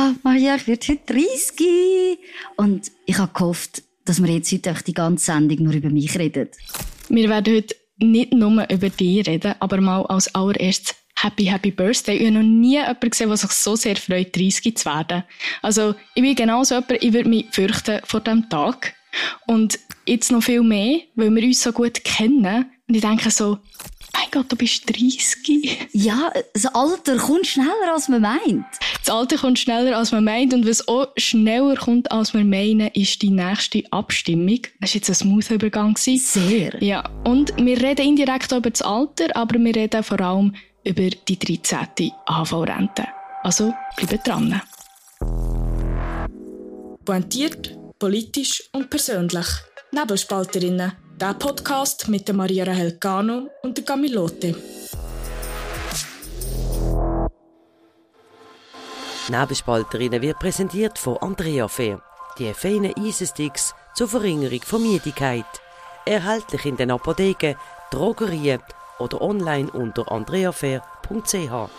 Ja, Maria, ich werde heute 30 und ich habe gehofft, dass wir jetzt heute die ganze Sendung nur über mich reden. Wir werden heute nicht nur über dich reden, aber mal als allererstes Happy Birthday. Ich habe noch nie jemanden gesehen, der sich so sehr freut, 30 zu werden. Also, ich bin genau so jemand, ich würde mich fürchten vor diesem Tag. Und jetzt noch viel mehr, weil wir uns so gut kennen. Und ich denke so, mein Gott, du bist 30. Ja, das Alter kommt schneller, als man meint. Das Alter kommt schneller, als man meint. Und was auch schneller kommt, als wir meinen, ist die nächste Abstimmung. Das war jetzt ein smoother Übergang. Sehr. Ja, und wir reden indirekt über das Alter, aber wir reden vor allem über die 13. AHV-Rente. Also, bleibt dran. Pointiert, politisch und persönlich. Nebelspalterinnen. Der Podcast mit der Maria Rahel Cano und der Camilote. Nebelspalterinnen wird präsentiert von Andrea Fair. Die feinen Eisensticks zur Verringerung von Müdigkeit. Erhältlich in den Apotheken, Drogerien oder online unter andreafair.ch.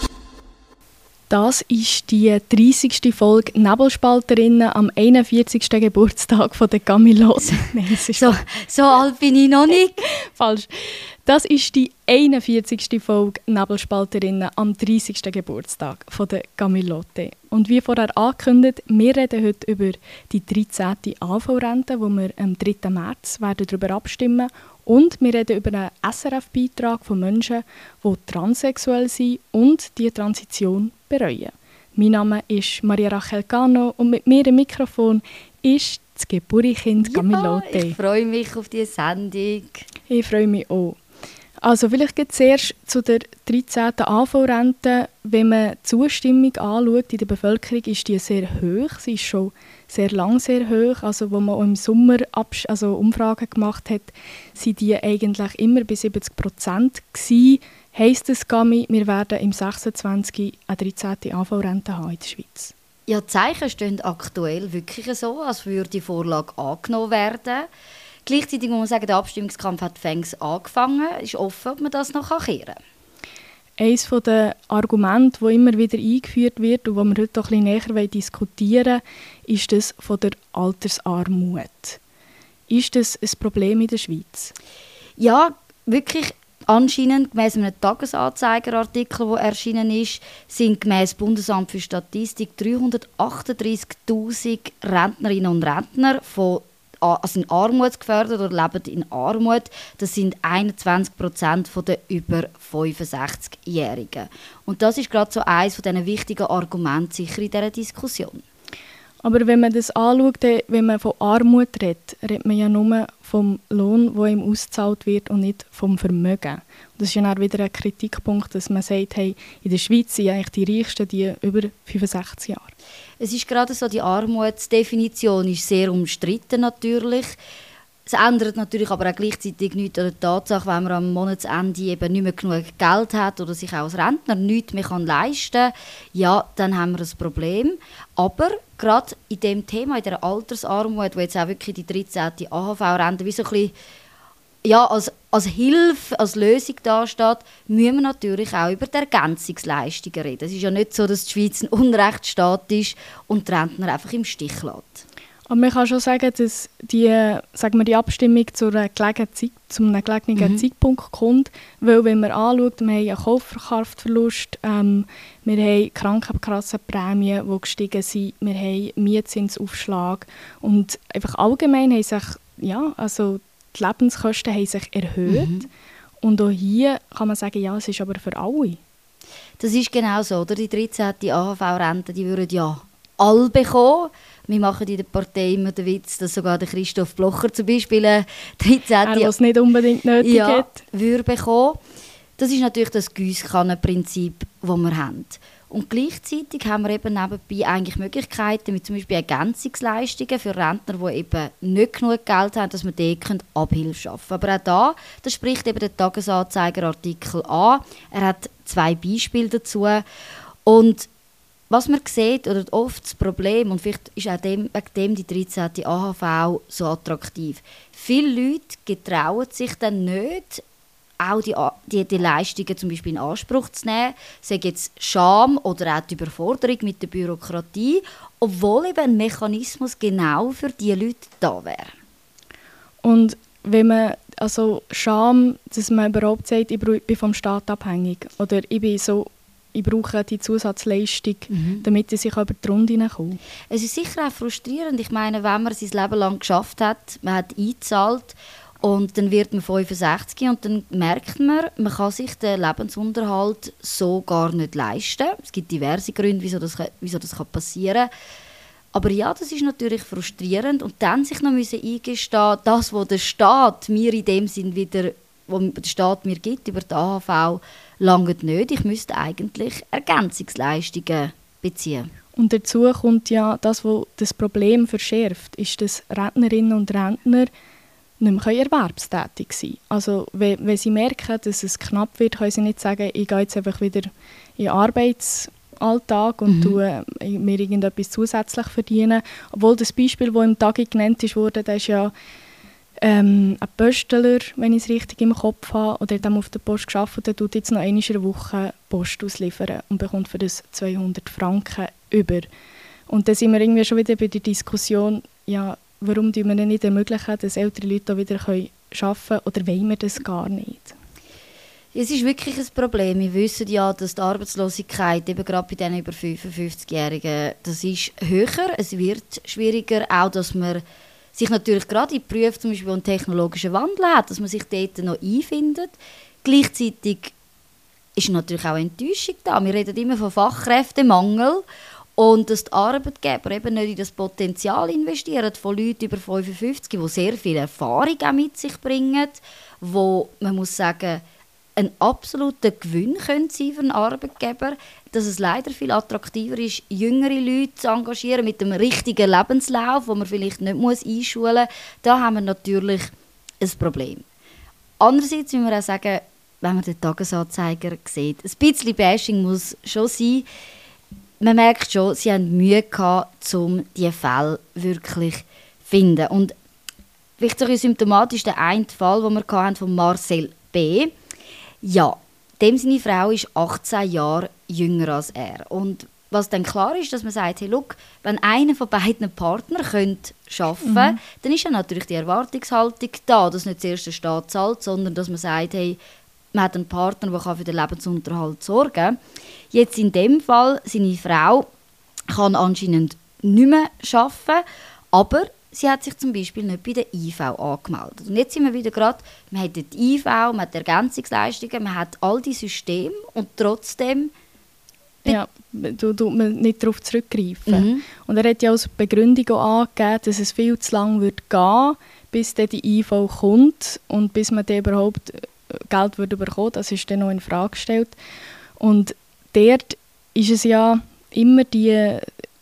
Das ist die 30. Folge Nebelspalterinnen am 41. Geburtstag von der Camilote. Nein, so alt bin ich noch nicht. Falsch. Das ist die 41. Folge Nebelspalterinnen am 30. Geburtstag von der Camilote. Und wie vorher angekündigt, wir reden heute über die 13. AHV-Rente, wo wir am 3. März darüber abstimmen werden. Und wir reden über einen SRF-Beitrag von Menschen, die transsexuell sind und die Transition bereuen. Mein Name ist Maria Rahel Cano und mit mir im Mikrofon ist das Geburtskind Camilote. Ja, ich freue mich auf diese Sendung. Ich freue mich auch. Also vielleicht geht zuerst zu der 13. AHV-Rente. Wenn man die Zustimmung anschaut in der Bevölkerung, ist die sehr hoch. Sie ist schon sehr lang sehr hoch. Also wo man auch im Sommer Umfragen gemacht hat, sind die eigentlich immer bei 70% gewesen. Heisst es, Gami, wir werden im 26. eine 13. AHV-Rente haben in der Schweiz? Ja, die Zeichen stehen aktuell wirklich so, als würde die Vorlage angenommen werden. Gleichzeitig muss man sagen, der Abstimmungskampf hat fängs angefangen. Es ist offen, ob man das noch kehren kann. Eines der Argumente, das immer wieder eingeführt wird und das wir heute auch ein bisschen näher diskutieren wollen, ist das von der Altersarmut. Ist das ein Problem in der Schweiz? Ja, wirklich. Anscheinend, gemäss einem Tagesanzeiger-Artikel, der erschienen ist, sind gemäss Bundesamt für Statistik 338'000 Rentnerinnen und Rentner in Armut gefördert oder leben in Armut. Das sind 21% der über 65-Jährigen. Und das ist gerade so eines dieser wichtigen Argumente sicher in dieser Diskussion. Aber wenn man das anschaut, wenn man von Armut redet man ja nur vom Lohn, der ihm ausgezahlt wird und nicht vom Vermögen. Und das ist ja dann wieder ein Kritikpunkt, dass man sagt, hey, in der Schweiz sind eigentlich die Reichsten die über 65 Jahre. Es ist gerade so, die Armutsdefinition ist sehr umstritten natürlich. Es ändert natürlich aber auch gleichzeitig nichts an der Tatsache, wenn man am Monatsende eben nicht mehr genug Geld hat oder sich auch als Rentner nichts mehr leisten kann, ja, dann haben wir ein Problem. Aber gerade in dem Thema, in der Altersarmut, wo jetzt auch wirklich die 13. AHV-Rente wie so ein bisschen, ja, als Hilfe, als Lösung dasteht, müssen wir natürlich auch über die Ergänzungsleistungen reden. Es ist ja nicht so, dass die Schweiz ein Unrechtsstaat ist und die Rentner einfach im Stich lässt. Aber man kann schon sagen, dass die Abstimmung zu einem gelegenen Zeitpunkt kommt, weil wenn man anschaut, wir haben einen Kaufkraftverlust, wir haben Krankenkassenprämien, die gestiegen sind, wir haben Mietzinsaufschlag und einfach allgemein haben sich, ja, also die Lebenskosten haben sich erhöht. Und auch hier kann man sagen, ja, es ist aber für alle. Das ist genau so, oder? Die 13. AHV-Rente, die würden ja alle bekommen. Wir machen in der Partei immer den Witz, dass sogar der Christoph Blocher zum Beispiel 13. was nicht unbedingt nötig hat. Würde bekommen. Das ist natürlich das Giesskannenprinzip, das wir haben. Und gleichzeitig haben wir eben nebenbei eigentlich Möglichkeiten, mit zum Beispiel Ergänzungsleistungen für Rentner, die eben nicht genug Geld haben, dass wir dort Abhilfe schaffen können. Aber auch das spricht eben der Tagesanzeiger-Artikel an. Er hat 2 Beispiele dazu. Und was man sieht, oder oft das Problem, und vielleicht ist auch wegen dem die 13. AHV so attraktiv, viele Leute getrauen sich dann nicht, auch die Leistungen zum Beispiel in Anspruch zu nehmen, sei jetzt Scham oder auch die Überforderung mit der Bürokratie, obwohl eben ein Mechanismus genau für diese Leute da wäre. Und wenn man, also Scham, dass man überhaupt sagt, ich bin vom Staat abhängig oder ich brauche die Zusatzleistung, damit ich über die Runde hineinkomme. Es ist sicher auch frustrierend. Ich meine, wenn man sein Leben lang geschafft hat, man hat eingezahlt und dann wird man 65 und dann merkt man kann sich den Lebensunterhalt so gar nicht leisten. Es gibt diverse Gründe, wieso das passieren kann. Aber ja, das ist natürlich frustrierend und dann sich noch eingestehen, das, was der Staat mir in dem Sinn wieder, was der Staat mir gibt über die AHV, langt nicht. Ich müsste eigentlich Ergänzungsleistungen beziehen. Und dazu kommt ja das, was das Problem verschärft, ist, dass Rentnerinnen und Rentner nicht mehr erwerbstätig sein können. Also wenn sie merken, dass es knapp wird, können sie nicht sagen, ich gehe jetzt einfach wieder in den Arbeitsalltag und tue mir irgendetwas zusätzlich verdienen. Obwohl das Beispiel, das im Tagi genannt wurde, das ist ja ein Pöstler, wenn ich es richtig im Kopf habe, oder hat auf der Post gearbeitet, der tut jetzt noch einmal in der Woche Post ausliefern und bekommt für das 200 Franken über. Und dann sind wir irgendwie schon wieder bei der Diskussion, ja, warum ermöglichen wir nicht ermöglichen, dass ältere Leute auch wieder arbeiten können, oder wollen wir das gar nicht? Es ist wirklich ein Problem. Wir wissen ja, dass die Arbeitslosigkeit eben gerade bei den über 55-Jährigen, das ist höher, es wird schwieriger, auch dass man sich natürlich gerade in Berufen zum Beispiel einen technologischen Wandel hat, dass man sich dort noch einfindet. Gleichzeitig ist natürlich auch Enttäuschung da. Wir reden immer von Fachkräftemangel und dass die Arbeitgeber eben nicht in das Potenzial investieren von Leuten über 55, die sehr viel Erfahrung auch mit sich bringen, wo man muss sagen, ein absoluter Gewinn können sein für einen Arbeitgeber, dass es leider viel attraktiver ist, jüngere Leute zu engagieren mit dem richtigen Lebenslauf, wo man vielleicht nicht einschulen muss. Da haben wir natürlich ein Problem. Andererseits müssen wir auch sagen, wenn man den Tagesanzeiger sieht, ein bisschen Bashing muss schon sein. Man merkt schon, sie haben Mühe gehabt, um diese Fälle wirklich zu finden. Und vielleicht so symptomatisch der eine Fall, den wir hatten, von Marcel B. Ja, seine Frau ist 18 Jahre jünger als er. Und was dann klar ist, dass man sagt, hey, look, wenn einer von beiden Partnern arbeiten könnte, dann ist ja natürlich die Erwartungshaltung da, dass nicht zuerst der Staat zahlt, sondern dass man sagt, hey, man hat einen Partner, der für den Lebensunterhalt sorgen kann. Jetzt in dem Fall, seine Frau kann anscheinend nicht mehr arbeiten, aber sie hat sich zum Beispiel nicht bei der IV angemeldet. Und jetzt sind wir wieder gerade, man hat die IV, man hat Ergänzungsleistungen, man hat all die Systeme und trotzdem ja, tut man nicht darauf zurückgreifen. Und er hat ja als Begründung auch angegeben, dass es viel zu lange wird gehen, bis dann die IV kommt und bis man dann überhaupt Geld wird bekommen. Das ist dann noch in Frage gestellt. Und dort ist es ja immer die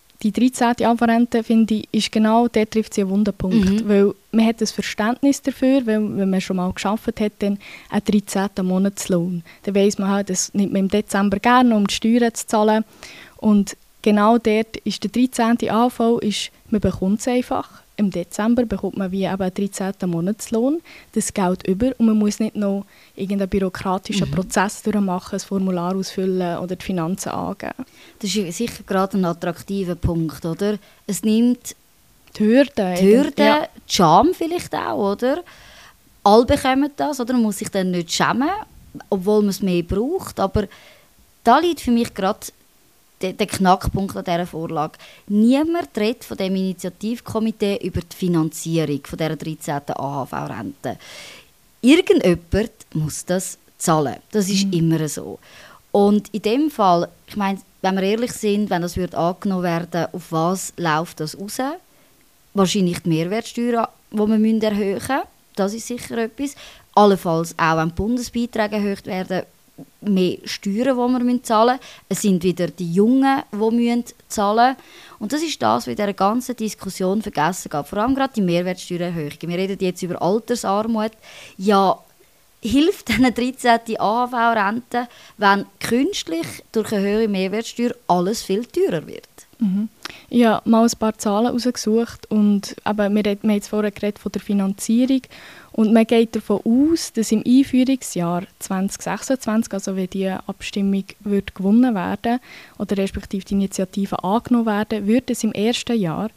13. AHV-Rente, finde ich, ist genau, der trifft sie einen Wunderpunkt. Weil man hat ein Verständnis dafür, weil, wenn man schon mal gearbeitet hat, dann einen 13. Monatslohn. Dann weiss man halt, das nimmt man im Dezember gerne, um die Steuern zu zahlen. Und genau dort ist der 13. AHV, man bekommt es einfach. Im Dezember bekommt man wie eben einen 13. Monatslohn, das Geld über, und man muss nicht noch irgendeinen bürokratischen Prozess durchmachen, ein Formular ausfüllen oder die Finanzen angeben. Das ist sicher gerade ein attraktiver Punkt, oder? Es nimmt die Hürde, ja. Die Scham vielleicht auch, oder? Alle bekommen das, oder? Man muss sich dann nicht schämen, obwohl man es mehr braucht, aber da liegt für mich gerade der Knackpunkt an dieser Vorlage. Niemand redet von dem Initiativkomitee über die Finanzierung von dieser 13. AHV-Rente. Irgendjemand muss das zahlen. Das ist immer so. Und in dem Fall, ich meine, wenn wir ehrlich sind, wenn das angenommen werden, auf was läuft das raus? Wahrscheinlich die Mehrwertsteuer, die wir erhöhen müssen. Das ist sicher etwas. Allenfalls auch, wenn die Bundesbeiträge erhöht werden, mehr Steuern, die wir zahlen müssen. Es sind wieder die Jungen, die zahlen müssen. Und das ist das, was in dieser ganzen Diskussion vergessen geht. Vor allem gerade die Mehrwertsteuererhöhung. Wir reden jetzt über Altersarmut. Ja, hilft eine 13. AHV-Rente, wenn künstlich durch eine höhere Mehrwertsteuer alles viel teurer wird? Ich habe mal ein paar Zahlen herausgesucht und eben, wir haben jetzt vorher geredet von der Finanzierung und man geht davon aus, dass im Einführungsjahr 2026, also wenn die Abstimmung wird gewonnen werden oder respektive die Initiative angenommen werden, würde es im ersten Jahr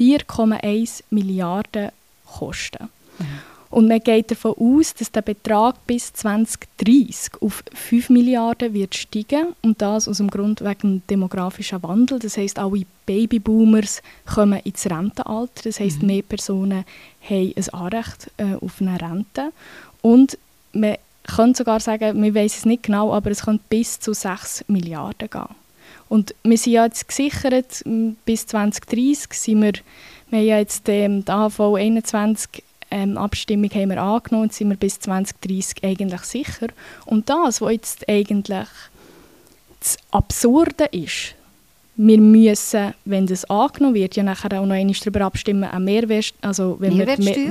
4,1 Milliarden kosten. Und man geht davon aus, dass der Betrag bis 2030 auf 5 Milliarden wird steigen und das aus dem Grund wegen dem demografischen Wandel. Das heisst, alle Babyboomers kommen ins Rentenalter. Das heisst, mehr Personen haben ein Anrecht auf eine Rente. Und man könnte sogar sagen, wir wissen es nicht genau, aber es könnte bis zu 6 Milliarden gehen. Und wir sind ja jetzt gesichert, bis 2030 sind wir haben ja jetzt die AHV 21 Abstimmung haben wir angenommen und sind wir bis 2030 eigentlich sicher. Und das, was jetzt eigentlich das Absurde ist, wir müssen, wenn das angenommen wird, ja nachher auch noch einmal darüber abstimmen, eine Mehrwertsteuer, wenn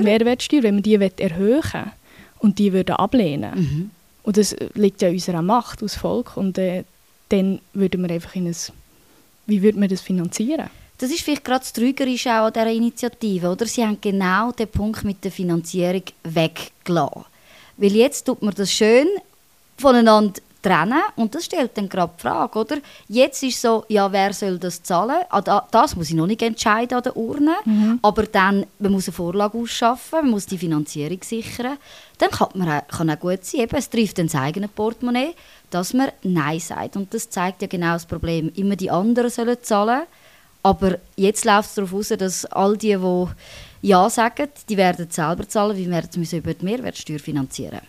wir die erhöhen und die würden ablehnen. Und das liegt ja in unserer Macht als Volk. Und dann würden wir einfach wie würde man das finanzieren? Das ist vielleicht gerade das Trügerische auch an dieser Initiative, oder? Sie haben genau den Punkt mit der Finanzierung weggelassen. Weil jetzt tut man das schön voneinander trennen und das stellt dann gerade die Frage, oder? Jetzt ist so, ja, wer soll das zahlen? Das muss ich noch nicht entscheiden an der Urne, aber dann, man muss eine Vorlage ausschaffen, man muss die Finanzierung sichern. Dann kann auch gut sein, eben, es trifft dann das eigene Portemonnaie, dass man Nein sagt. Und das zeigt ja genau das Problem. Immer die anderen sollen zahlen. Aber jetzt läuft es darauf aus, dass all die Ja sagen, die werden selber zahlen, wir werden es über die Mehrwertsteuer finanzieren.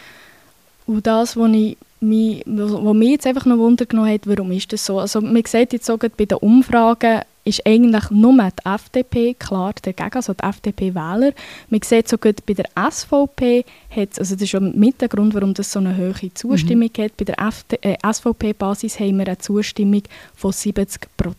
Und das, was mich jetzt einfach noch Wunder genommen hat, warum ist das so? Also man sieht jetzt sogar bei den Umfragen, ist eigentlich nur die FDP klar dagegen, also die FDP-Wähler. Man sieht sogar bei der SVP, also das ist schon mit der Grund, warum das so eine hohe Zustimmung hat. Bei der SVP-Basis haben wir eine Zustimmung von 70%.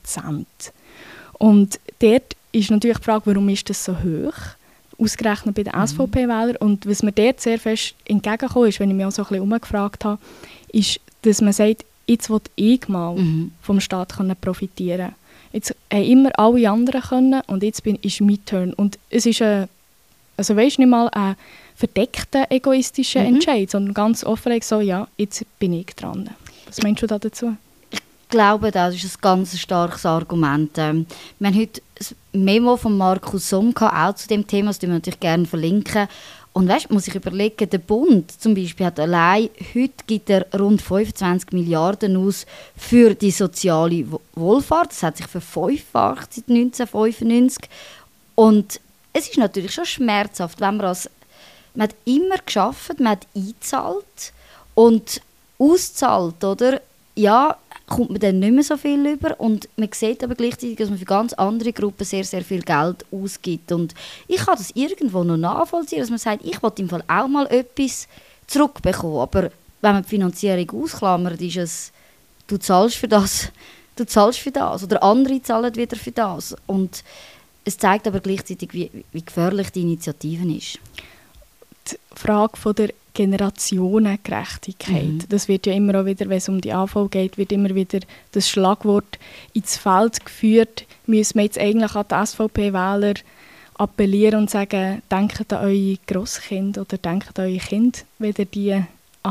Und dort ist natürlich die Frage, warum ist das so hoch? Ausgerechnet bei den SVP-Wählern. Und was mir dort sehr fest entgegengekommen ist, wenn ich mich auch so ein bisschen umgefragt habe, ist, dass man sagt, jetzt will ich mal vom Staat profitieren. Jetzt haben immer alle anderen können und jetzt ist mein Turn. Und es ist nicht mal ein verdeckter, egoistischer Entscheid, sondern ganz offen so, ja, jetzt bin ich dran. Was meinst du da dazu? Ich glaube, das ist ein ganz starkes Argument. Wir haben heute ein Memo von Markus Somm auch zu dem Thema, das wir natürlich gerne verlinken. Und weißt, muss ich überlegen, der Bund zum Beispiel hat allein, heute gibt er rund 25 Milliarden aus für die soziale Wohlfahrt. Das hat sich verfünffacht seit 1995. Und es ist natürlich schon schmerzhaft, wenn man hat immer gearbeitet, man hat eingezahlt und auszahlt, oder? Ja, kommt man dann nicht mehr so viel über und man sieht aber gleichzeitig, dass man für ganz andere Gruppen sehr, sehr viel Geld ausgibt. Und ich kann das irgendwo noch nachvollziehen, dass man sagt, ich will im Fall auch mal etwas zurückbekommen. Aber wenn man die Finanzierung ausklammert, ist es, du zahlst für das oder andere zahlen wieder für das. Und es zeigt aber gleichzeitig, wie gefährlich die Initiative ist. Die Frage von der Generationengerechtigkeit. Das wird ja immer auch wieder, wenn es um die AV geht, wird immer wieder das Schlagwort ins Feld geführt. Müssen wir jetzt eigentlich an die SVP-Wähler appellieren und sagen, denkt an eure Grosskinder oder denkt an eure Kinder, wenn ihr die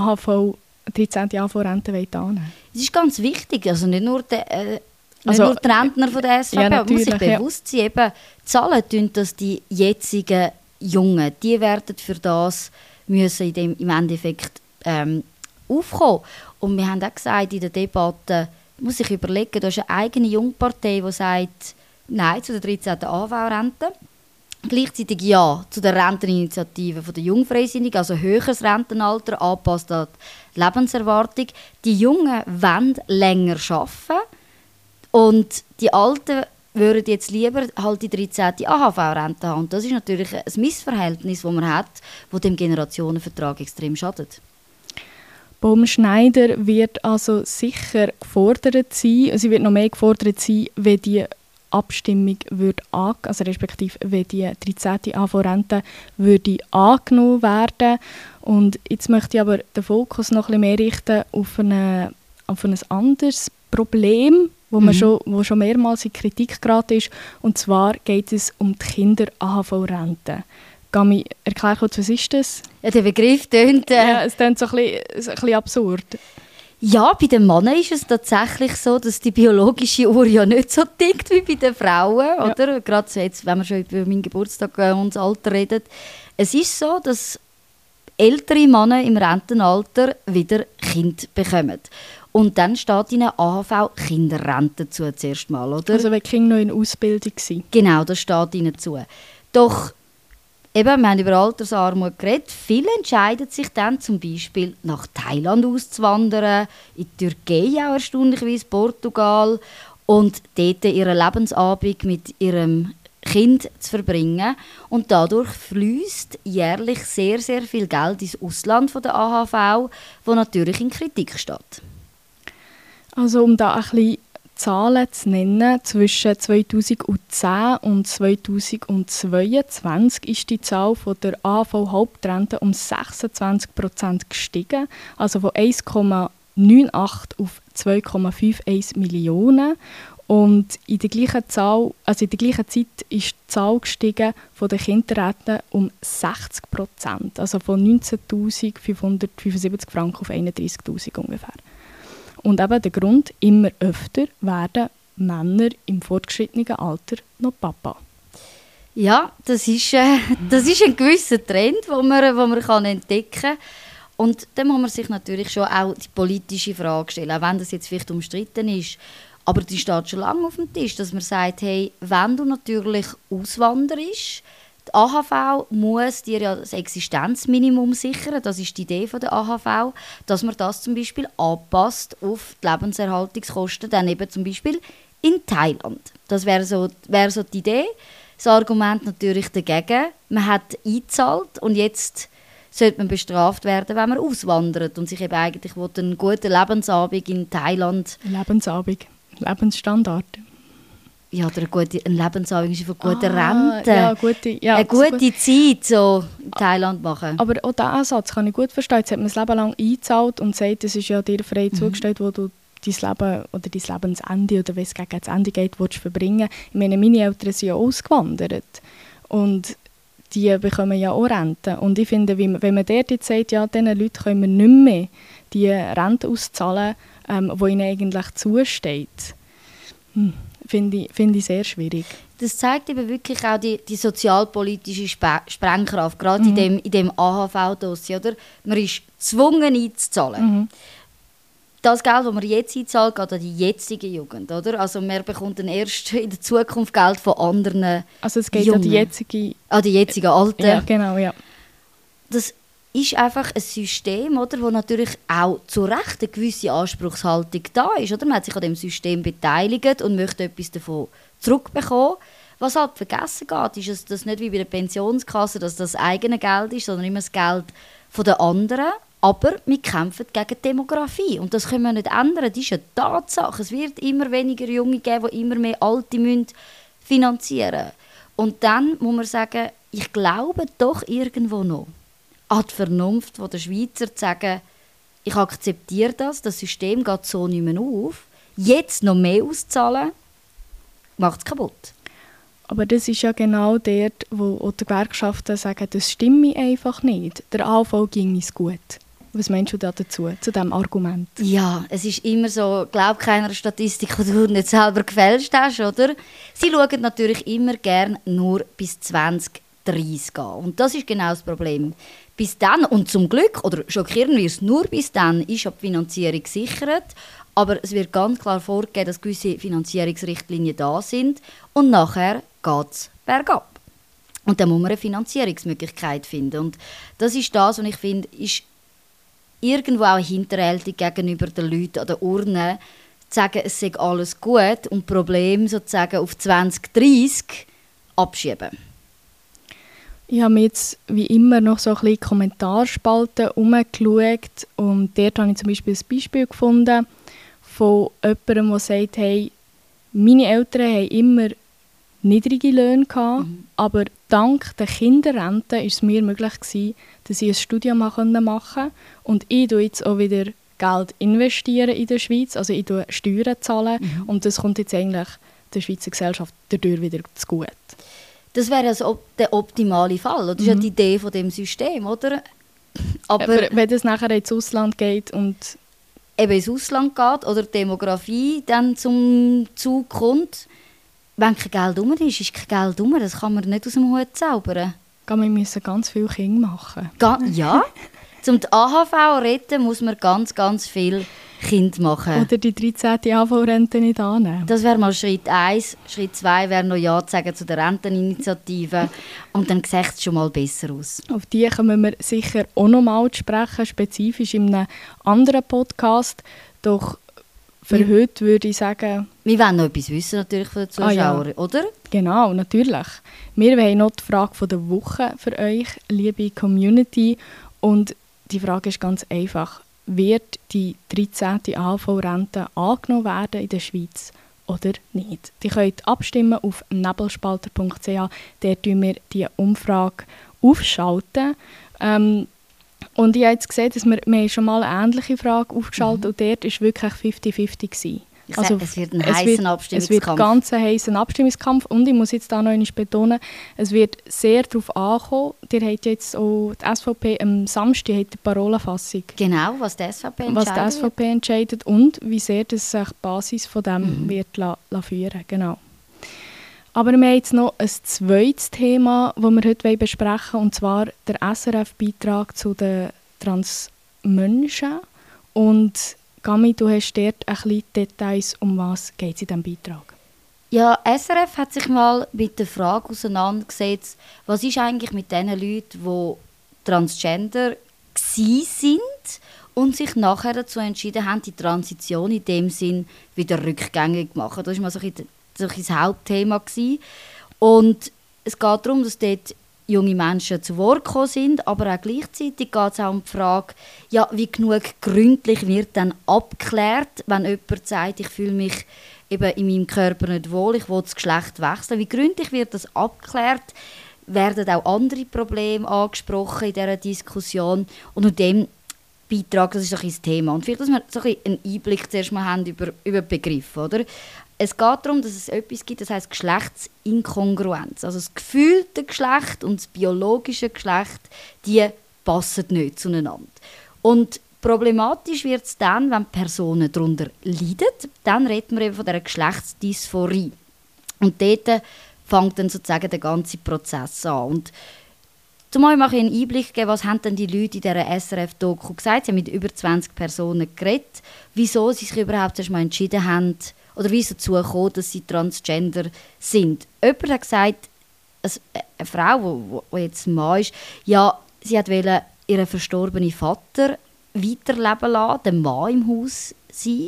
13. AHV-Rente annehmen. Es ist ganz wichtig, also nicht nur die Rentner von der SVP, man muss sich bewusst sein, eben, zahlen tun das die jetzigen Jungen, die werden für das müssen im Endeffekt aufkommen. Und wir haben auch gesagt, in der Debatte, muss ich überlegen, da ist eine eigene Jungpartei, die sagt, nein zu der 13. AV-Rente. Gleichzeitig ja zu der Renteninitiative der Jungfreisinnigen, also höheres Rentenalter, angepasst an die Lebenserwartung. Die Jungen wollen länger arbeiten und die Alten würden jetzt lieber halt die 13. AHV-Rente haben. Und das ist natürlich ein Missverhältnis, das man hat, das dem Generationenvertrag extrem schadet. Baumschneider wird also sicher gefordert sein. Sie wird noch mehr gefordert sein, wenn die Abstimmung also respektive wenn die 13. AHV-Rente würde angenommen werden. Und jetzt möchte ich aber den Fokus noch ein bisschen mehr richten auf ein anderes Problem, wo schon mehrmals in Kritik geraten ist. Und zwar geht es um die Kinder-AHV-Rente. Gami, erklär kurz, was ist das? Ja, der Begriff tönt... Ja, es klingt so ein bisschen absurd. Ja, bei den Männern ist es tatsächlich so, dass die biologische Uhr ja nicht so tickt wie bei den Frauen. Ja. Oder? Gerade so jetzt, wenn wir schon über meinen Geburtstag und das Alter reden. Es ist so, dass ältere Männer im Rentenalter wieder Kind bekommen. Und dann steht ihnen AHV-Kinderrente zu zuerst mal, oder? Also wenn die Kinder noch in Ausbildung sind. Genau, das steht ihnen zu. Doch eben, wir haben über Altersarmut geredet. Viele entscheiden sich dann zum Beispiel nach Thailand auszuwandern, in die Türkei auch erstaunlicherweise, Portugal und dort ihren Lebensabend mit ihrem Kind zu verbringen. Und dadurch fließt jährlich sehr, sehr viel Geld ins Ausland von der AHV, wo natürlich in Kritik steht. Also um da ein bisschen Zahlen zu nennen, zwischen 2010 und 2022 ist die Zahl von der AHV-Hauptrente um 26% gestiegen, also von 1,98 auf 2,51 Millionen. Und in der gleichen Zeit ist die Zahl gestiegen von der Kinderrente um 60%, also von 19'575 Franken auf 31'000 ungefähr. Und eben der Grund, immer öfter werden Männer im fortgeschrittenen Alter noch Papa. Ja, das ist ein gewisser Trend, den man entdecken kann. Und dann muss man sich natürlich schon auch die politische Frage stellen, auch wenn das jetzt vielleicht umstritten ist. Aber die steht schon lange auf dem Tisch, dass man sagt, hey, wenn du natürlich auswanderst, die AHV muss dir ja das Existenzminimum sichern, das ist die Idee von der AHV, dass man das zum Beispiel anpasst auf die Lebenserhaltungskosten, dann eben zum Beispiel in Thailand. Das wäre so die Idee. Das Argument natürlich dagegen, man hat eingezahlt und jetzt sollte man bestraft werden, wenn man auswandert und sich eben eigentlich einen guten Lebensabend in Thailand... Lebensstandard. Ja, oder ein Lebensabend ist von guter Rente. Ja, eine gute Zeit so in Thailand machen. Aber auch diesen Ansatz kann ich gut verstehen. Jetzt hat man das Leben lang eingezahlt und sagt, es ist ja dir frei zugestellt, wo du dein Leben oder dein Lebensende oder wenn es gegen das Ende geht, willst verbringen. Ich meine, meine Eltern sind ja ausgewandert und die bekommen ja auch Rente. Und ich finde, wenn man dort jetzt sagt, ja, diesen Leuten können wir nicht mehr die Rente auszahlen, die ihnen eigentlich zusteht, finde ich sehr schwierig. Das zeigt eben wirklich auch die sozialpolitische Sprengkraft, gerade in dem AHV-Dossier, oder? Man ist gezwungen einzuzahlen. Das Geld, das man jetzt einzahlt, geht an die jetzige Jugend, oder? Also man bekommt dann erst in der Zukunft Geld von anderen Also es geht Jungen. An die jetzigen Alten. Ja, genau, ja. Das ist einfach ein System, oder, wo natürlich auch zu Recht eine gewisse Anspruchshaltung da ist. Oder? Man hat sich an dem System beteiligt und möchte etwas davon zurückbekommen. Was halt vergessen geht, ist, dass das nicht wie bei der Pensionskasse, dass das eigene Geld ist, sondern immer das Geld von den anderen. Aber wir kämpfen gegen die Demografie und das können wir nicht ändern. Das ist eine Tatsache. Es wird immer weniger Junge geben, die immer mehr Alte finanzieren müssen. Und dann muss man sagen, ich glaube doch irgendwo noch an die Vernunft der Schweizer zu sagen, ich akzeptiere das System geht so nicht mehr auf. Jetzt noch mehr auszahlen, macht es kaputt. Aber das ist ja genau dort, wo auch die Gewerkschaften sagen, das stimmt einfach nicht. Der AHV ging es gut. Was meinst du da dazu, zu diesem Argument? Ja, es ist immer so, glaub keiner Statistik, die du nicht selber gefälscht hast, oder? Sie schauen natürlich immer gerne nur bis 2030 an. Und das ist genau das Problem. Bis dann, und zum Glück, oder schockieren wir es, nur bis dann ist die Finanzierung gesichert. Aber es wird ganz klar vorgegeben, dass gewisse Finanzierungsrichtlinien da sind. Und nachher geht es bergab. Und dann muss man eine Finanzierungsmöglichkeit finden. Und das ist das, was ich finde, ist irgendwo auch hinterhältig gegenüber den Leuten an der Urne, zu sagen, es sei alles gut und Probleme sozusagen auf 2030 abschieben. Ich habe mir jetzt wie immer noch so ein bisschen Kommentarspalten herumgeschaut und dort habe ich zum Beispiel ein Beispiel gefunden von jemandem, der sagt, hey, meine Eltern haben immer niedrige Löhne gehabt, aber dank der Kinderrente war es mir möglich gewesen, dass ich ein Studium machen konnte und ich tue jetzt auch wieder Geld investieren in der Schweiz, also ich zahle Steuern und das kommt jetzt eigentlich der Schweizer Gesellschaft dadurch wieder zugute. Das wäre also der optimale Fall. Das ist ja die Idee von dem System, oder? Aber wenn es nachher ins Ausland geht und eben ins Ausland geht oder die Demografie dann zum Zug kommt, wenn kein Geld rum ist kein Geld rum. Das kann man nicht aus dem Hut zaubern. Wir müssen ganz viele Kinder machen. Ja, um die AHV zu retten, muss man ganz, ganz viele Kinder machen. Oder die 13. AHV-Rente nicht annehmen. Das wäre mal Schritt 1. Schritt 2 wäre noch Ja zu sagen zu der Renteninitiative. Und dann sieht es schon mal besser aus. Auf die kommen wir sicher auch noch mal zu sprechen, spezifisch in einem anderen Podcast. Doch für heute würde ich sagen... Wir wollen noch etwas wissen natürlich von den Zuschauern, oder? Genau, natürlich. Wir wollen noch die Frage der Woche für euch, liebe Community. Und die Frage ist ganz einfach. Wird die 13. AHV-Rente angenommen werden in der Schweiz oder nicht? Die könnt abstimmen auf nebelspalter.ch. Dort tun wir die Umfrage aufschalten. Und ich habe jetzt gesehen, dass wir schon mal eine ähnliche Frage aufgeschaltet und dort war wirklich 50-50. Also, es wird ein heißer Abstimmungskampf. Es wird ein ganz heißer Abstimmungskampf und ich muss jetzt da noch einmal betonen, es wird sehr darauf ankommen. Ihr habt jetzt auch die SVP am Samstag die Parolenfassung. Genau, was die SVP entscheidet und wie sehr das sich die Basis von dem wird führen. Genau. Aber wir haben jetzt noch ein zweites Thema, das wir heute besprechen wollen, und zwar der SRF-Beitrag zu den Transmenschen. Und Gami, du hast dort ein bisschen Details, um was geht es in diesem Beitrag? Ja, SRF hat sich mal mit der Frage auseinandergesetzt, was ist eigentlich mit den Leuten, die Transgender sind und sich nachher dazu entschieden haben, die Transition in dem Sinn wieder rückgängig zu machen. Das war mal so das Hauptthema gewesen. Und es geht darum, dass dort junge Menschen zu Wort gekommen sind, aber auch gleichzeitig geht es auch um die Frage, ja, wie genug gründlich wird dann abgeklärt, wenn jemand sagt, ich fühle mich eben in meinem Körper nicht wohl, ich will das Geschlecht wechseln. Wie gründlich wird das abgeklärt? Werden auch andere Probleme angesprochen in dieser Diskussion? Und in diesem Beitrag, das ist ein das Thema. Und vielleicht, dass wir so ein einen Einblick zuerst mal haben über den Begriff, oder? Es geht darum, dass es etwas gibt, das heisst Geschlechtsinkongruenz. Also das gefühlte Geschlecht und das biologische Geschlecht, die passen nicht zueinander. Und problematisch wird es dann, wenn Personen darunter leiden. Dann reden wir eben von dieser Geschlechtsdysphorie. Und dort fängt dann sozusagen der ganze Prozess an. Und zumal mache ich einen Einblick geben, was haben denn die Leute in dieser SRF-Doku gesagt. Sie haben mit über 20 Personen geredet, wieso sie sich überhaupt erst mal entschieden haben, oder wie es dazu kam, dass sie Transgender sind. Jemand hat gesagt, eine Frau, die jetzt ein Mann ist, ja, sie wollte ihren verstorbenen Vater weiterleben lassen, den Mann im Haus sein.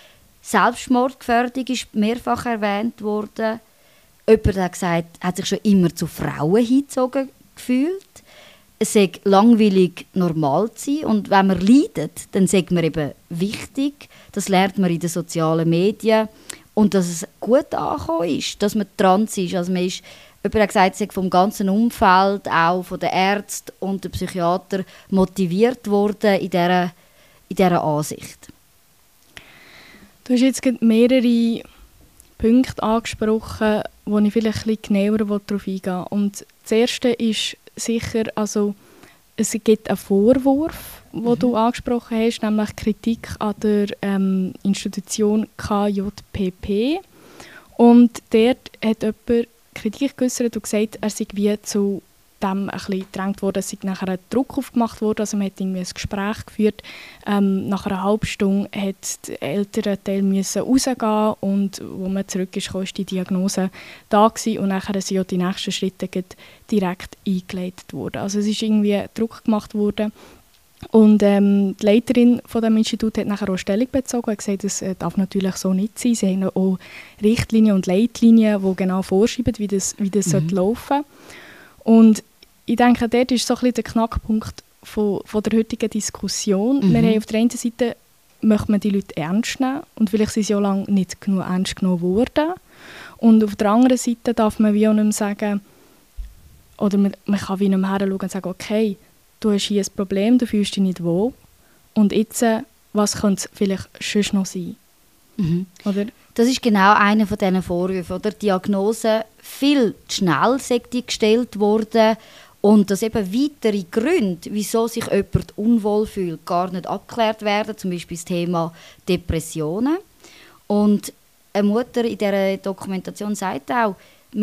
Selbstmordgefährdung ist mehrfach erwähnt worden. Jemand hat gesagt, hat sich schon immer zu Frauen hingezogen gefühlt. Es sei langweilig, normal zu sein. Und wenn man leidet, dann sagt man eben wichtig. Das lernt man in den sozialen Medien. Und dass es gut angekommen ist, dass man trans ist. Also man ist, jemand hat gesagt, es sei vom ganzen Umfeld, auch von den Ärzten und den Psychiatern motiviert worden in dieser Ansicht. Du hast jetzt mehrere Punkte angesprochen, wo ich vielleicht ein bisschen genauer darauf eingehen will. Und das erste ist sicher, also es gibt einen Vorwurf, den du angesprochen hast, nämlich Kritik an der Institution KJPP. Und dort hat jemand Kritik geäußert und gesagt, er sei wie zu dem ein bisschen gedrängt worden, es sei nachher ein Druck aufgemacht worden, also man hat irgendwie ein Gespräch geführt. Nach einer halben Stunde hat der ältere Teil rausgehen und wo man zurück ist, war die Diagnose da gewesen, und nachher sind auch die nächsten Schritte direkt eingeleitet worden. Also es ist irgendwie Druck gemacht worden. Und die Leiterin von dem Institut hat nachher auch Stellung bezogen und gesagt, das darf natürlich so nicht sein. Sie haben auch Richtlinien und Leitlinien, die genau vorschreiben, wie das laufen sollte. Und ich denke, dort ist so ein bisschen der Knackpunkt von der heutigen Diskussion. Wir haben auf der einen Seite, möchte man die Leute ernst nehmen und vielleicht sind sie auch lange nicht genug ernst genommen worden. Und auf der anderen Seite darf man wie auch nicht mehr sagen, oder man kann wie nicht mehr hinschauen und sagen, okay, du hast hier ein Problem, du fühlst dich nicht wohl und jetzt was könnte es vielleicht sonst noch sein? Oder? Das ist genau einer von diesen Vorwürfen. Oder? Die Diagnose viel zu schnell gestellt worden und dass eben weitere Gründe, wieso sich jemand unwohl fühlt, gar nicht abgeklärt werden. Zum Beispiel das Thema Depressionen. Und eine Mutter in dieser Dokumentation sagt auch,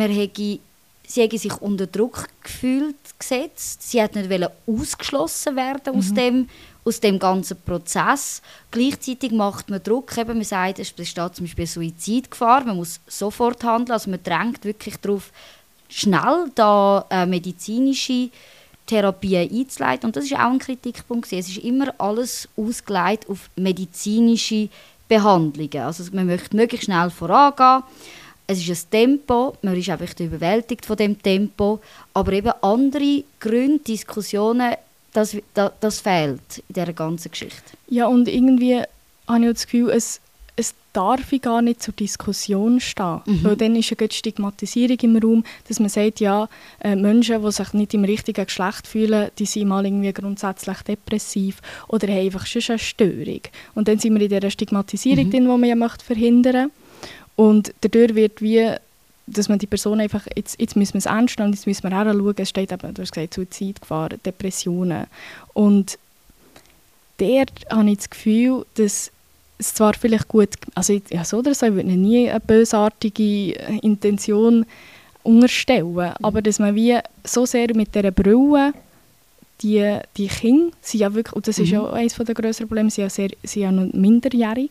sie hätte sich unter Druck gesetzt. Sie wollte nicht ausgeschlossen werden aus dem ganzen Prozess. Gleichzeitig macht man Druck. Eben, man sagt, es besteht zum Beispiel Suizidgefahr. Man muss sofort handeln. Also man drängt wirklich darauf, schnell da medizinische Therapien einzuleiten. Und das ist auch ein Kritikpunkt. Es ist immer alles ausgelegt auf medizinische Behandlungen. Also man möchte möglichst schnell vorangehen. Es ist ein Tempo, man ist einfach überwältigt von dem Tempo, aber eben andere Gründe, Diskussionen, das fehlt in dieser ganzen Geschichte. Ja, und irgendwie habe ich das Gefühl, es darf gar nicht zur Diskussion stehen. Weil dann ist eine Stigmatisierung im Raum, dass man sagt, ja, Menschen, die sich nicht im richtigen Geschlecht fühlen, die sind mal irgendwie grundsätzlich depressiv oder haben einfach schon eine Störung. Und dann sind wir in dieser Stigmatisierung drin, die man ja möchte verhindern. Und dadurch wird wie, dass man die Person einfach, jetzt müssen wir es ernst nehmen, jetzt müssen wir hinschauen, es steht eben, du hast gesagt, Suizidgefahr, Depressionen. Und dort habe ich das Gefühl, dass es zwar vielleicht gut, also ja, so oder so, ich würde nie eine bösartige Intention unterstellen, aber dass man wie so sehr mit dieser Brille die Kinder sind ja wirklich, und das ist ja eines der grösseren Probleme, sie sind ja noch minderjährig,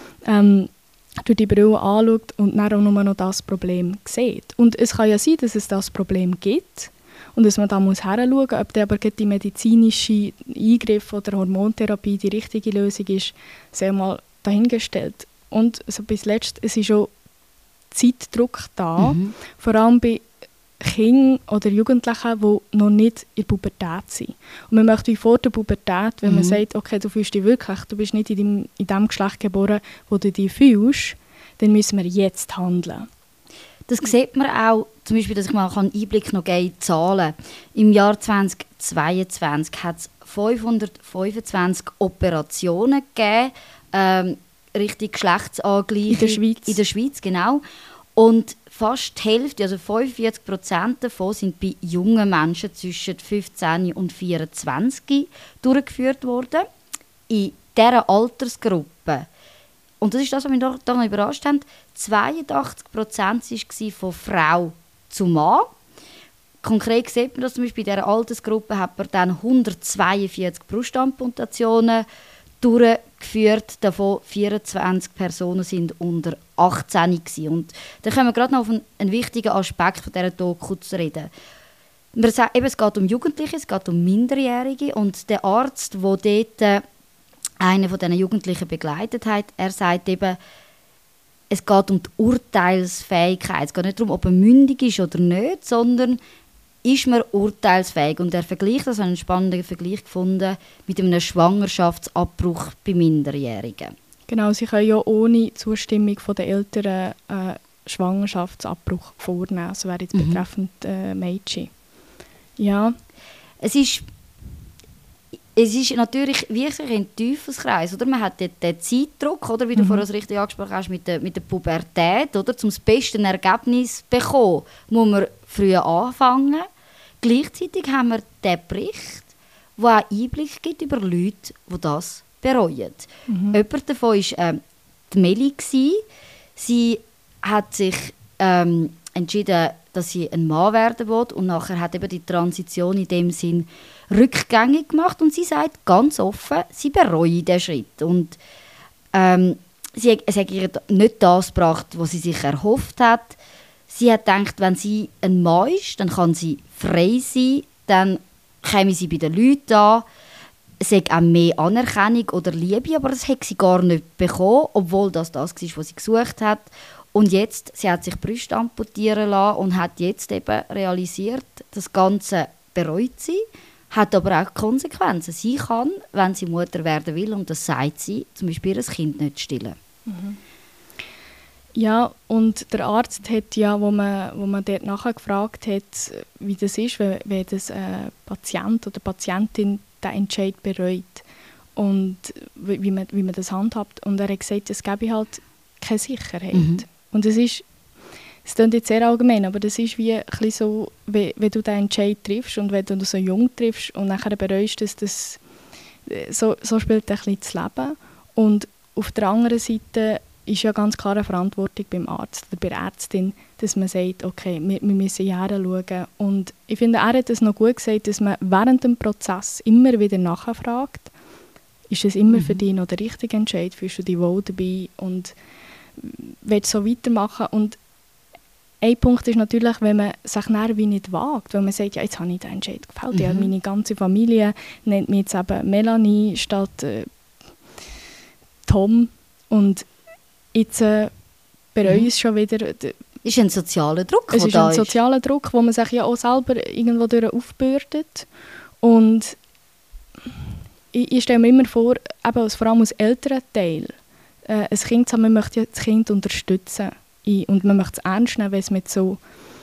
durch die Brille anschaut und dann auch nur noch das Problem sieht. Und es kann ja sein, dass es das Problem gibt und dass man da hinschauen muss, ob der aber die medizinische Eingriff oder Hormontherapie die richtige Lösung ist, sei mal dahingestellt. Und so bis letzt, es ist schon Zeitdruck da, vor allem bei Kindern oder Jugendlichen, die noch nicht in der Pubertät sind. Und man möchte wie vor der Pubertät, wenn man sagt, okay, du fühlst dich wirklich, du bist nicht in dem Geschlecht geboren, wo du dich fühlst, dann müssen wir jetzt handeln. Das sieht man auch, zum Beispiel, dass ich mal einen Einblick noch geben kann in die Zahlen. Im Jahr 2022 hat es 525 Operationen gegeben, Richtung Geschlechtsangleichung. In der Schweiz. In der Schweiz, genau. Und fast die Hälfte, also 45% davon, sind bei jungen Menschen zwischen 15 und 24 durchgeführt worden. In dieser Altersgruppe. Und das ist das, was mich da noch überrascht hat. 82% war von Frau zu Mann. Konkret sieht man das zum Beispiel in dieser Altersgruppe, hat man dann 142 Brustamputationen durchgeführt, davon 24 Personen sind unter 18 gewesen. Und da kommen wir gerade noch auf einen wichtigen Aspekt von dieser Doku zu reden. Es geht um Jugendliche, es geht um Minderjährige und der Arzt, der dort einen von diesen Jugendlichen begleitet hat, er sagt eben, es geht um die Urteilsfähigkeit. Es geht nicht darum, ob er mündig ist oder nicht, sondern ist man urteilsfähig. Und er vergleicht, das einen spannenden Vergleich gefunden, mit einem Schwangerschaftsabbruch bei Minderjährigen. Genau, sie können ja ohne Zustimmung der Eltern Schwangerschaftsabbruch vornehmen, also wäre jetzt betreffend Mädchen. Ja. Es ist natürlich wirklich ein Teufelskreis, oder? Man hat den Zeitdruck, oder? Wie du vorhin richtig angesprochen hast, mit der Pubertät, oder? Zum besten Ergebnis zu bekommen, muss man früh anfangen. Gleichzeitig haben wir den Bericht, der auch Einblick gibt über Leute, die das bereuen. Jemand davon war die Meli. Sie hat sich entschieden, dass sie ein Mann werden will und nachher hat eben die Transition in dem Sinn rückgängig gemacht und sie sagt ganz offen, sie bereue diesen Schritt und es hat ihr nicht das gebracht, was sie sich erhofft hat. Sie hat gedacht, wenn sie ein Mann ist, dann kann sie frei sein, dann käme sie bei den Leuten an, es hat auch mehr Anerkennung oder Liebe, aber das hat sie gar nicht bekommen, obwohl das war, was sie gesucht hat. Und jetzt, sie hat sich Brüste amputieren lassen und hat jetzt eben realisiert, das Ganze bereut sie, hat aber auch Konsequenzen. Sie kann, wenn sie Mutter werden will, und das sagt sie, zum Beispiel ihr Kind nicht stillen. Ja, und der Arzt hat ja, wo man dort nachher gefragt hat, wie das ist, wenn das Patient oder Patientin den Entscheid bereut. und wie man das handhabt. Und er hat gesagt, es gäbe halt keine Sicherheit. Und es klingt jetzt sehr allgemein, aber das ist wie ein bisschen so, wenn du den Entscheid triffst und wenn du so jung triffst und nachher bereust, dass das so spielt ein bisschen das Leben. Und auf der anderen Seite ist ja ganz klar eine Verantwortung beim Arzt oder bei der Ärztin, dass man sagt, okay, wir müssen hierher schauen. Und ich finde, er hat es noch gut gesagt, dass man während dem Prozess immer wieder nachfragt, ist es immer für dich noch der richtige Entscheid, fühlst du dich wohl dabei und willst so weitermachen. Und ein Punkt ist natürlich, wenn man sich nachher wie nicht wagt, wenn man sagt, ja, jetzt habe ich den Entscheid gefällt. Ja, meine ganze Familie nennt mich jetzt eben Melanie statt Tom und jetzt bereue ich es schon wieder. Ist ein sozialer Druck, es ist ein sozialer Druck, wo man sich ja auch selber irgendwo durch aufbürdet. Und ich stelle mir immer vor, eben vor allem als älterer Teil, ein Kind zu haben, man möchte ja das Kind unterstützen. Und man möchte es ernst nehmen, wenn es mit so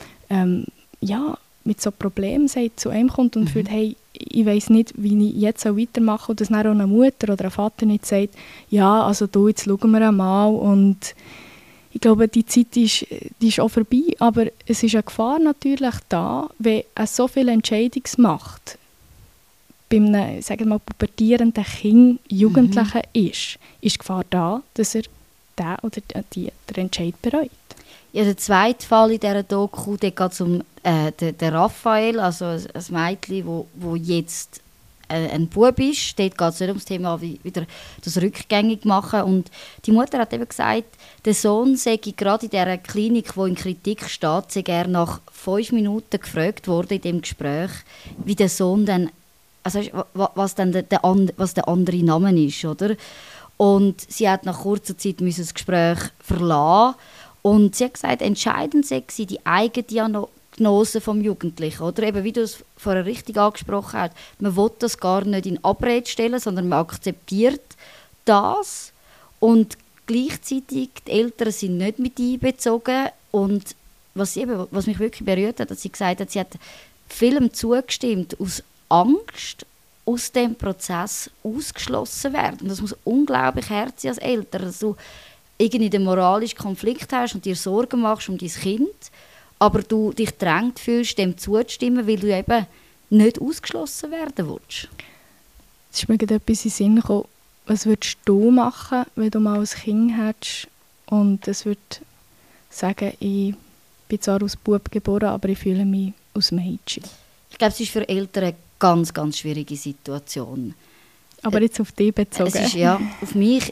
Problemen zu einem kommt und fühlt, hey, ich weiss nicht, wie ich jetzt weitermache. Und dass dann auch eine Mutter oder ein Vater nicht sagt, ja, also du, jetzt schauen wir einmal. Und ich glaube, die Zeit die ist auch vorbei. Aber es ist eine Gefahr natürlich da, wenn es so viel Entscheidungsmacht bei einem, sagen wir mal, pubertierenden Kind, Jugendlichen ist die Gefahr da, dass er den oder den Entscheid bereut. Ja, der zweite Fall in dieser Doku, der geht um den Raphael, also ein Mädchen, wo jetzt ein Bub ist. Dort geht es nicht um das Thema, wie wieder das rückgängig machen. Und die Mutter hat eben gesagt, der Sohn sei gerade in dieser Klinik, die in Kritik steht, sei er nach 5 Minuten gefragt worden in dem Gespräch, wie der Sohn dann, also was der andere Name ist, oder? Und sie hat nach kurzer Zeit das Gespräch verlassen. Und sie hat gesagt, entscheidend sei die eigene Diagnose des Jugendlichen. Oder eben, wie du es vorher richtig angesprochen hast, man will das gar nicht in Abrede stellen, sondern man akzeptiert das. Und gleichzeitig, die Eltern sind nicht mit einbezogen. Und was mich wirklich berührt hat, dass sie gesagt hat, sie hat vielem zugestimmt aus Angst, aus dem Prozess ausgeschlossen werden. Und das muss unglaublich hart sein als Eltern, dass du irgendwie den moralischen Konflikt hast und dir Sorgen machst um dein Kind, aber du dich gedrängt fühlst, dem zuzustimmen, weil du eben nicht ausgeschlossen werden willst. Es ist mir gerade etwas in den Sinn gekommen. Was würdest du machen, wenn du mal ein Kind hättest und es würde sagen, ich bin zwar als Bub geboren, aber ich fühle mich als Mädchen? Ich glaube, es ist für Eltern eine ganz, ganz schwierige Situation. Aber jetzt auf dich bezogen? Es ist, ja, auf mich.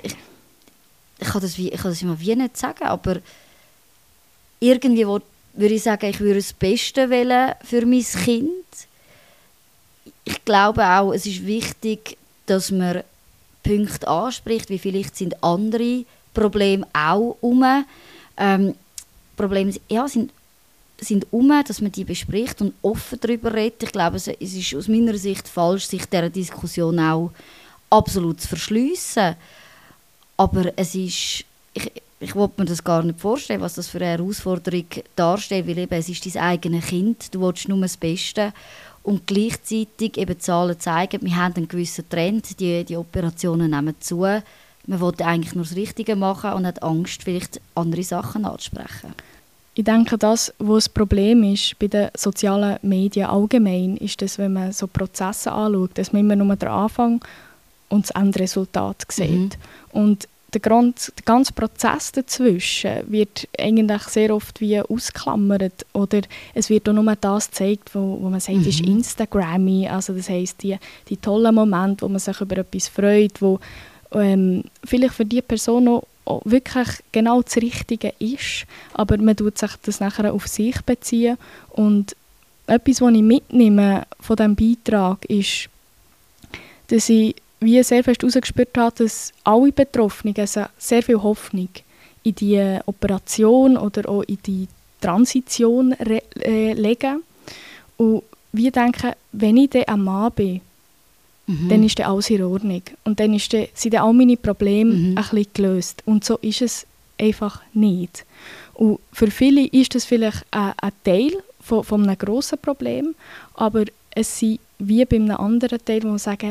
Ich kann das immer wie nicht sagen, aber irgendwie würde ich sagen, ich würde das Beste wählen für mein Kind. Ich glaube auch, es ist wichtig, dass man Punkte anspricht, wie vielleicht sind andere Probleme auch Probleme sind dass man die bespricht und offen darüber redet. Ich glaube, es ist aus meiner Sicht falsch, sich dieser Diskussion auch absolut zu verschliessen. Aber es ist, ich will mir das gar nicht vorstellen, was das für eine Herausforderung darstellt, weil eben, es ist dein eigenes Kind, du willst nur das Beste. Und gleichzeitig eben Zahlen zeigen, wir haben einen gewissen Trend, die Operationen nehmen zu. Man will eigentlich nur das Richtige machen und hat Angst, vielleicht andere Sachen anzusprechen. Ich denke, das, was das Problem ist bei den sozialen Medien allgemein, ist, dass, wenn man so Prozesse anschaut, dass man immer nur den Anfang und das Endresultat sieht. Und der ganze Prozess dazwischen wird eigentlich sehr oft wie ausgeklammert. Oder es wird auch nur das gezeigt, wo man sagt, ist Instagrammy. Also das heisst, die tollen Momente, wo man sich über etwas freut, wo vielleicht für die Person auch wirklich genau das Richtige ist, aber man tut sich das nachher auf sich beziehen. Und etwas, was ich mitnehme von diesem Beitrag, ist, dass ich wie sehr fest herausgespürt habe, dass alle Betroffenen sehr viel Hoffnung in die Operation oder auch in die Transition legen. Und wir denken, wenn ich dann ein Mann bin, dann ist dann alles in Ordnung. Und dann sind dann all meine Probleme ein bisschen gelöst. Und so ist es einfach nicht. Und für viele ist das vielleicht ein Teil von einem grossen Problem, aber es sind wie bei einem anderen Teil, wo man sagen,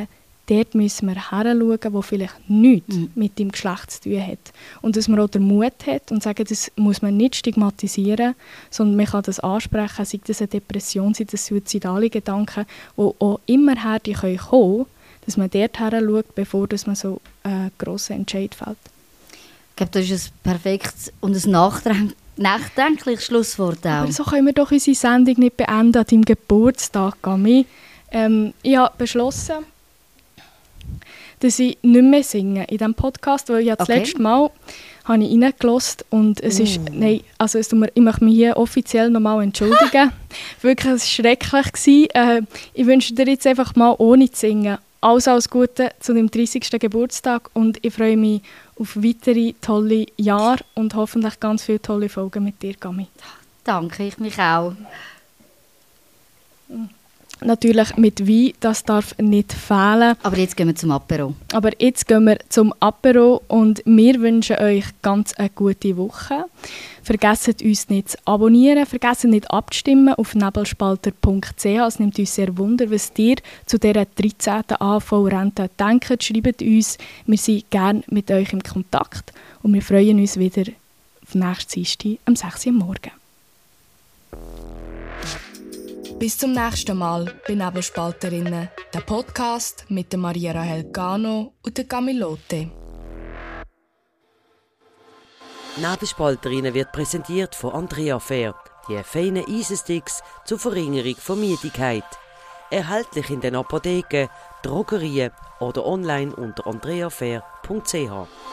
dort müssen wir hinschauen, wo vielleicht nichts mit dem Geschlecht zu tun hat. Und dass man auch den Mut hat und sagen, das muss man nicht stigmatisieren, sondern man kann das ansprechen, sei das eine Depression, sei das suizidale Gedanken, die auch immer her die kommen können, dass man dort hinschaut, bevor dass man so einen grossen Entscheid fällt. Ich glaube, das ist ein perfektes und ein nachdenkliches Schlusswort auch. Aber so können wir doch unsere Sendung nicht beenden an deinem Geburtstag, Gami. Ich habe beschlossen, dass ich nicht mehr singe in diesem Podcast, weil ich das letzte Mal habe ich reingelassen und es ist, nein, also ich möchte mich hier offiziell nochmal entschuldigen. Wirklich, es war schrecklich. Ich wünsche dir jetzt einfach mal ohne zu singen alles Gute zu deinem 30. Geburtstag und ich freue mich auf weitere tolle Jahre und hoffentlich ganz viele tolle Folgen mit dir, Gami. Danke, ich mich auch. Natürlich mit Wein, das darf nicht fehlen. Aber jetzt gehen wir zum Apero. Und wir wünschen euch ganz eine gute Woche. Vergesst uns nicht zu abonnieren, vergesst nicht abzustimmen auf nebelspalter.ch. Es nimmt uns sehr Wunder, was ihr zu dieser 13. AHV-Rente denkt. Schreibt uns, wir sind gerne mit euch im Kontakt und wir freuen uns wieder auf nächsten Dienstag um 6 Uhr morgens. Bis zum nächsten Mal bei Nebelspalterinnen, der Podcast mit der Maria Rahel Gano und der Camilote. Nebelspalterinnen wird präsentiert von Andrea Fair, die feinen Eisensticks zur Verringerung von Müdigkeit. Erhältlich in den Apotheken, Drogerien oder online unter andreafair.ch.